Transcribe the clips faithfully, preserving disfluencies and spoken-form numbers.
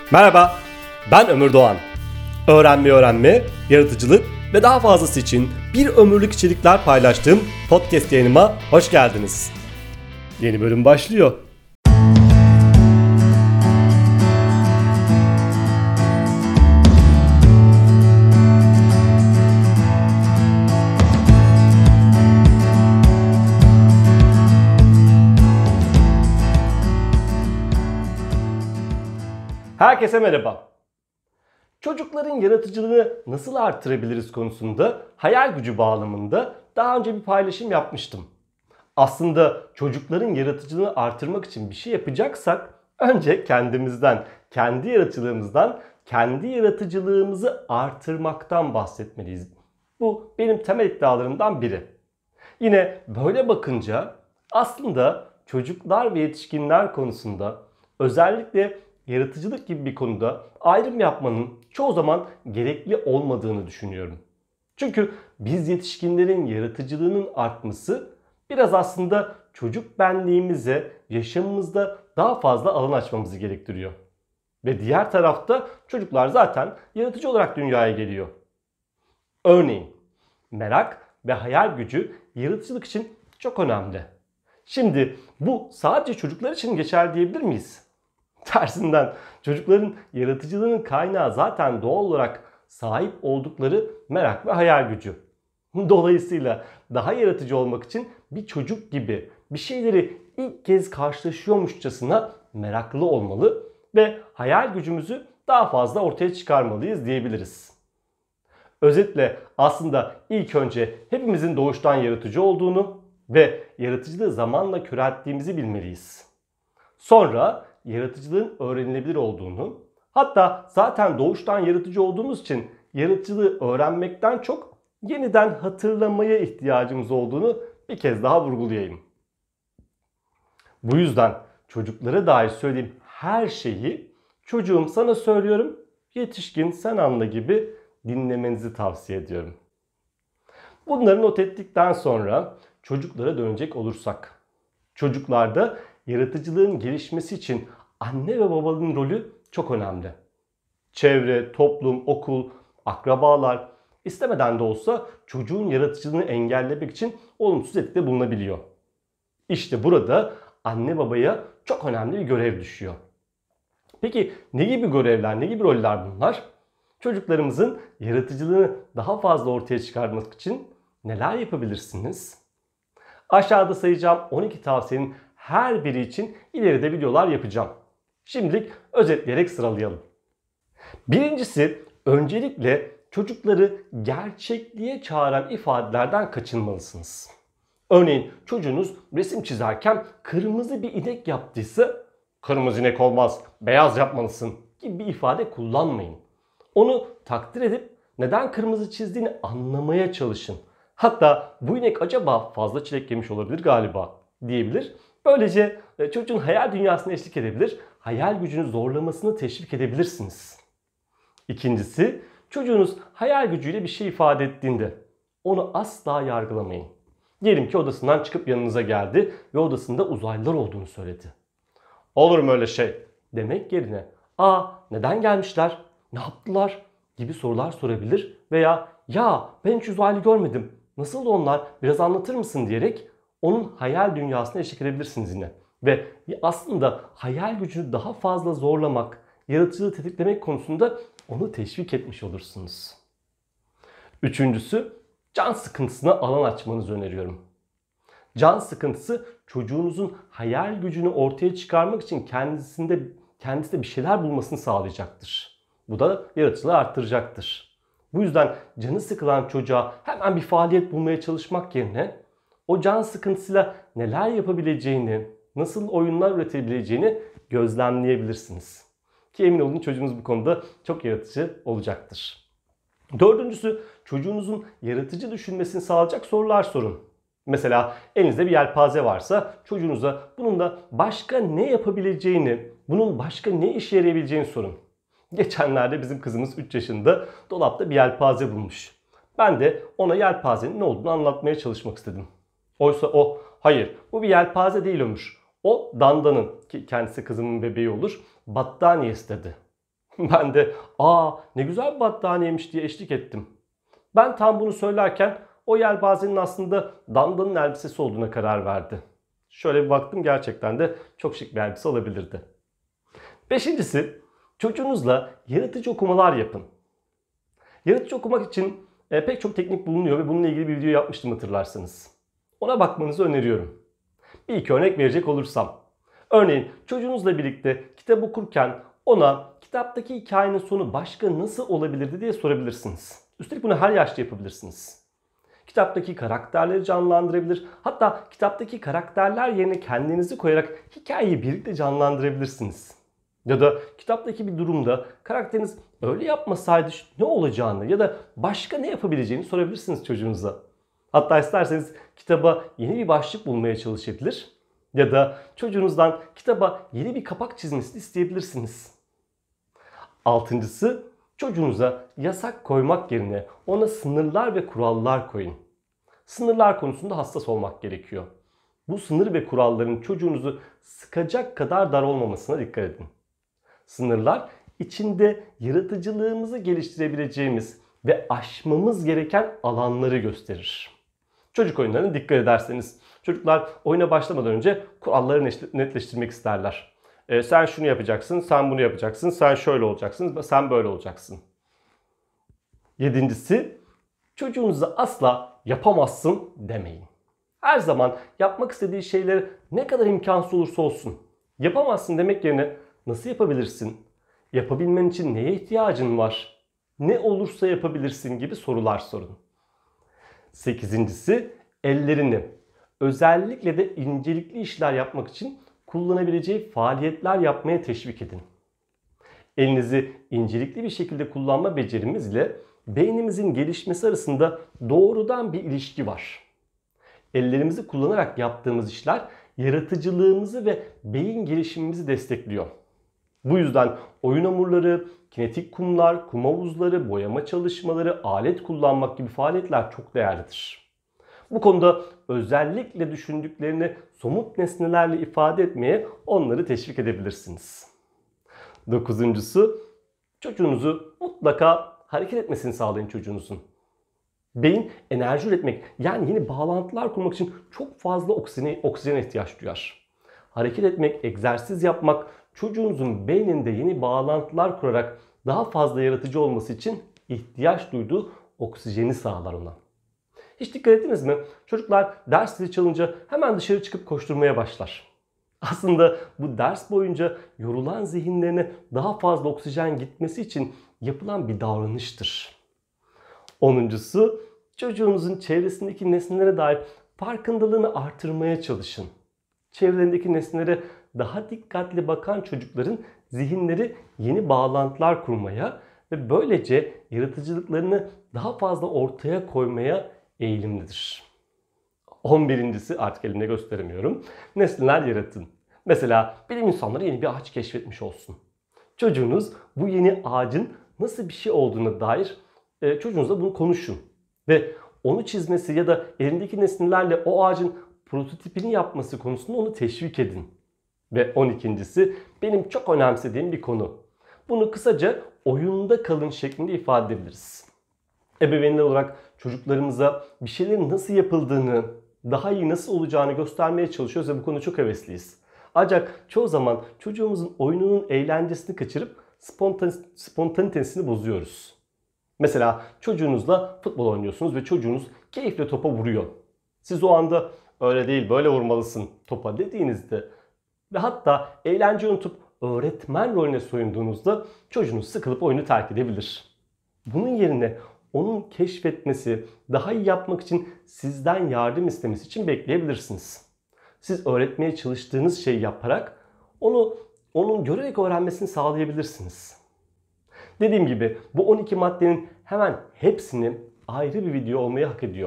Merhaba, ben Ömür Doğan. Öğrenme öğrenme, yaratıcılık ve daha fazlası için bir ömürlük içerikler paylaştığım podcast yayınıma hoş geldiniz. Yeni bölüm başlıyor. Herkese merhaba. Çocukların yaratıcılığını nasıl artırabiliriz konusunda hayal gücü bağlamında daha önce bir paylaşım yapmıştım. Aslında çocukların yaratıcılığını artırmak için bir şey yapacaksak önce kendimizden, kendi yaratıcılığımızdan, kendi yaratıcılığımızı artırmaktan bahsetmeliyiz. Bu benim temel iddialarımdan biri. Yine böyle bakınca aslında çocuklar ve yetişkinler konusunda özellikle yaratıcılık gibi bir konuda ayrım yapmanın çoğu zaman gerekli olmadığını düşünüyorum. Çünkü biz yetişkinlerin yaratıcılığının artması biraz aslında çocuk benliğimize, yaşamımızda daha fazla alan açmamızı gerektiriyor. Ve diğer tarafta çocuklar zaten yaratıcı olarak dünyaya geliyor. Örneğin merak ve hayal gücü yaratıcılık için çok önemli. Şimdi bu sadece çocuklar için geçerli diyebilir miyiz? Tersinden çocukların yaratıcılığının kaynağı zaten doğal olarak sahip oldukları merak ve hayal gücü. Dolayısıyla daha yaratıcı olmak için bir çocuk gibi bir şeyleri ilk kez karşılaşıyormuşçasına meraklı olmalı ve hayal gücümüzü daha fazla ortaya çıkarmalıyız diyebiliriz. Özetle aslında ilk önce hepimizin doğuştan yaratıcı olduğunu ve yaratıcılığı zamanla körelttiğimizi bilmeliyiz. Sonra yaratıcılığın öğrenilebilir olduğunu, hatta zaten doğuştan yaratıcı olduğumuz için yaratıcılığı öğrenmekten çok yeniden hatırlamaya ihtiyacımız olduğunu bir kez daha vurgulayayım. Bu yüzden çocuklara dair söylediğim her şeyi çocuğum sana söylüyorum, yetişkin sen anla gibi dinlemenizi tavsiye ediyorum. Bunları not ettikten sonra çocuklara dönecek olursak, çocuklarda yaratıcılığın gelişmesi için anne ve babanın rolü çok önemli. Çevre, toplum, okul, akrabalar istemeden de olsa çocuğun yaratıcılığını engellemek için olumsuz etkide bulunabiliyor. İşte burada anne babaya çok önemli bir görev düşüyor. Peki ne gibi görevler, ne gibi roller bunlar? Çocuklarımızın yaratıcılığını daha fazla ortaya çıkarmak için neler yapabilirsiniz? Aşağıda sayacağım on iki tavsiyenin her biri için ileride videolar yapacağım. Şimdilik özetleyerek sıralayalım. Birincisi, öncelikle çocukları gerçekliğe çağıran ifadelerden kaçınmalısınız. Örneğin çocuğunuz resim çizerken kırmızı bir inek yaptıysa kırmızı inek olmaz, beyaz yapmalısın gibi bir ifade kullanmayın. Onu takdir edip neden kırmızı çizdiğini anlamaya çalışın. Hatta bu inek acaba fazla çilek yemiş olabilir galiba diyebilir. Böylece çocuğun hayal dünyasına eşlik edebilir, hayal gücünü zorlamasını teşvik edebilirsiniz. İkincisi, çocuğunuz hayal gücüyle bir şey ifade ettiğinde onu asla yargılamayın. Diyelim ki odasından çıkıp yanınıza geldi ve odasında uzaylılar olduğunu söyledi. Olur mu öyle şey demek yerine, aa neden gelmişler, ne yaptılar gibi sorular sorabilir veya ya ben hiç uzaylı görmedim, nasıl onlar biraz anlatır mısın diyerek onun hayal dünyasına eşlik edebilirsiniz yine. Ve aslında hayal gücünü daha fazla zorlamak, yaratıcılığı tetiklemek konusunda onu teşvik etmiş olursunuz. Üçüncüsü, can sıkıntısına alan açmanızı öneriyorum. Can sıkıntısı çocuğunuzun hayal gücünü ortaya çıkarmak için kendisinde kendisinde bir şeyler bulmasını sağlayacaktır. Bu da yaratıcılığı arttıracaktır. Bu yüzden canı sıkılan çocuğa hemen bir faaliyet bulmaya çalışmak yerine o can sıkıntısıyla neler yapabileceğini, nasıl oyunlar üretebileceğini gözlemleyebilirsiniz. Ki emin olun çocuğunuz bu konuda çok yaratıcı olacaktır. Dördüncüsü, çocuğunuzun yaratıcı düşünmesini sağlayacak sorular sorun. Mesela elinizde bir yelpaze varsa çocuğunuza bununla başka ne yapabileceğini, bunun başka ne işe yarayabileceğini sorun. Geçenlerde bizim kızımız üç yaşında dolapta bir yelpaze bulmuş. Ben de ona yelpazenin ne olduğunu anlatmaya çalışmak istedim. Oysa o, hayır bu bir yelpaze değil Ömür. O Danda'nın, ki kendisi kızımın bebeği olur, battaniyesi dedi. Ben de aa ne güzel bir battaniyeymiş diye eşlik ettim. Ben tam bunu söylerken o yelpazenin aslında Danda'nın elbisesi olduğuna karar verdi. Şöyle bir baktım, gerçekten de çok şık bir elbise olabilirdi. Beşincisi, çocuğunuzla yaratıcı okumalar yapın. Yaratıcı okumak için e, pek çok teknik bulunuyor ve bununla ilgili bir video yapmıştım hatırlarsanız. Ona bakmanızı öneriyorum. Bir iki örnek verecek olursam. Örneğin çocuğunuzla birlikte kitap okurken ona kitaptaki hikayenin sonu başka nasıl olabilirdi diye sorabilirsiniz. Üstelik bunu her yaşta yapabilirsiniz. Kitaptaki karakterleri canlandırabilir. Hatta kitaptaki karakterler yerine kendinizi koyarak hikayeyi birlikte canlandırabilirsiniz. Ya da kitaptaki bir durumda karakteriniz öyle yapmasaydı ne olacağını ya da başka ne yapabileceğini sorabilirsiniz çocuğunuza. Hatta isterseniz kitaba yeni bir başlık bulmaya çalışabilir ya da çocuğunuzdan kitaba yeni bir kapak çizmesini isteyebilirsiniz. Altıncısı, çocuğunuza yasak koymak yerine ona sınırlar ve kurallar koyun. Sınırlar konusunda hassas olmak gerekiyor. Bu sınır ve kuralların çocuğunuzu sıkacak kadar dar olmamasına dikkat edin. Sınırlar içinde yaratıcılığımızı geliştirebileceğimiz ve aşmamız gereken alanları gösterir. Çocuk oyunlarına dikkat ederseniz çocuklar oyuna başlamadan önce kuralları netleştirmek isterler. E, sen şunu yapacaksın, sen bunu yapacaksın, sen şöyle olacaksın, sen böyle olacaksın. Yedincisi, çocuğunuza asla yapamazsın demeyin. Her zaman yapmak istediği şeyleri ne kadar imkansız olursa olsun yapamazsın demek yerine nasıl yapabilirsin? Yapabilmen için neye ihtiyacın var? Ne olursa yapabilirsin gibi sorular sorun. Sekizincisi, ellerini özellikle de incelikli işler yapmak için kullanabileceği faaliyetler yapmaya teşvik edin. Elinizi incelikli bir şekilde kullanma becerimiz ile beynimizin gelişmesi arasında doğrudan bir ilişki var. Ellerimizi kullanarak yaptığımız işler yaratıcılığımızı ve beyin gelişimimizi destekliyor. Bu yüzden oyun hamurları, kinetik kumlar, kum havuzları, boyama çalışmaları, alet kullanmak gibi faaliyetler çok değerlidir. Bu konuda özellikle düşündüklerini somut nesnelerle ifade etmeye onları teşvik edebilirsiniz. Dokuzuncusu, çocuğunuzu mutlaka hareket etmesini sağlayın çocuğunuzun. Beyin enerji üretmek, yani yeni bağlantılar kurmak için çok fazla oksijene, oksijene ihtiyaç duyar. Hareket etmek, egzersiz yapmak çocuğunuzun beyninde yeni bağlantılar kurarak daha fazla yaratıcı olması için ihtiyaç duyduğu oksijeni sağlar ona. Hiç dikkat ettiniz mi? Çocuklar ders zili çalınca hemen dışarı çıkıp koşturmaya başlar. Aslında bu ders boyunca yorulan zihinlerine daha fazla oksijen gitmesi için yapılan bir davranıştır. Onuncusu, çocuğunuzun çevresindeki nesnelere dair farkındalığını artırmaya çalışın. Çevrelerindeki nesnelere daha dikkatli bakan çocukların zihinleri yeni bağlantılar kurmaya ve böylece yaratıcılıklarını daha fazla ortaya koymaya eğilimlidir. on birincisi, artık elimde gösteremiyorum. Nesneler yaratın. Mesela bilim insanları yeni bir ağaç keşfetmiş olsun. Çocuğunuz bu yeni ağacın nasıl bir şey olduğuna dair e, çocuğunuzla bunu konuşun. Ve onu çizmesi ya da elindeki nesnelerle o ağacın prototipini yapması konusunda onu teşvik edin. Ve on ikincisi, benim çok önemsediğim bir konu. Bunu kısaca oyunda kalın şeklinde ifade edebiliriz. Ebeveynler olarak çocuklarımıza bir şeylerin nasıl yapıldığını, daha iyi nasıl olacağını göstermeye çalışıyoruz ve bu konuda çok hevesliyiz. Ancak çoğu zaman çocuğumuzun oyununun eğlencesini kaçırıp spontan, spontanitesini bozuyoruz. Mesela çocuğunuzla futbol oynuyorsunuz ve çocuğunuz keyifle topa vuruyor. Siz o anda öyle değil, böyle vurmalısın topa dediğinizde ve hatta eğlence unutup öğretmen rolüne soyunduğunuzda çocuğunuz sıkılıp oyunu terk edebilir. Bunun yerine onun keşfetmesi, daha iyi yapmak için sizden yardım istemesi için bekleyebilirsiniz. Siz öğretmeye çalıştığınız şeyi yaparak onu onun görerek öğrenmesini sağlayabilirsiniz. Dediğim gibi bu on iki maddenin hemen hepsini ayrı bir video olmayı hak ediyor.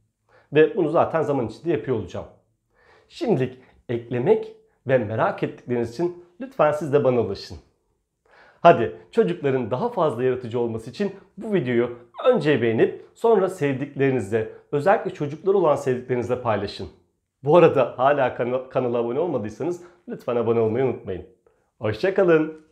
Ve bunu zaten zaman içinde yapıyor olacağım. Şimdilik eklemek ve merak ettikleriniz için lütfen siz de bana ulaşın. Hadi çocukların daha fazla yaratıcı olması için bu videoyu önce beğenip sonra sevdiklerinizle, özellikle çocuklar olan sevdiklerinizle paylaşın. Bu arada hala kanala abone olmadıysanız lütfen abone olmayı unutmayın. Hoşça kalın.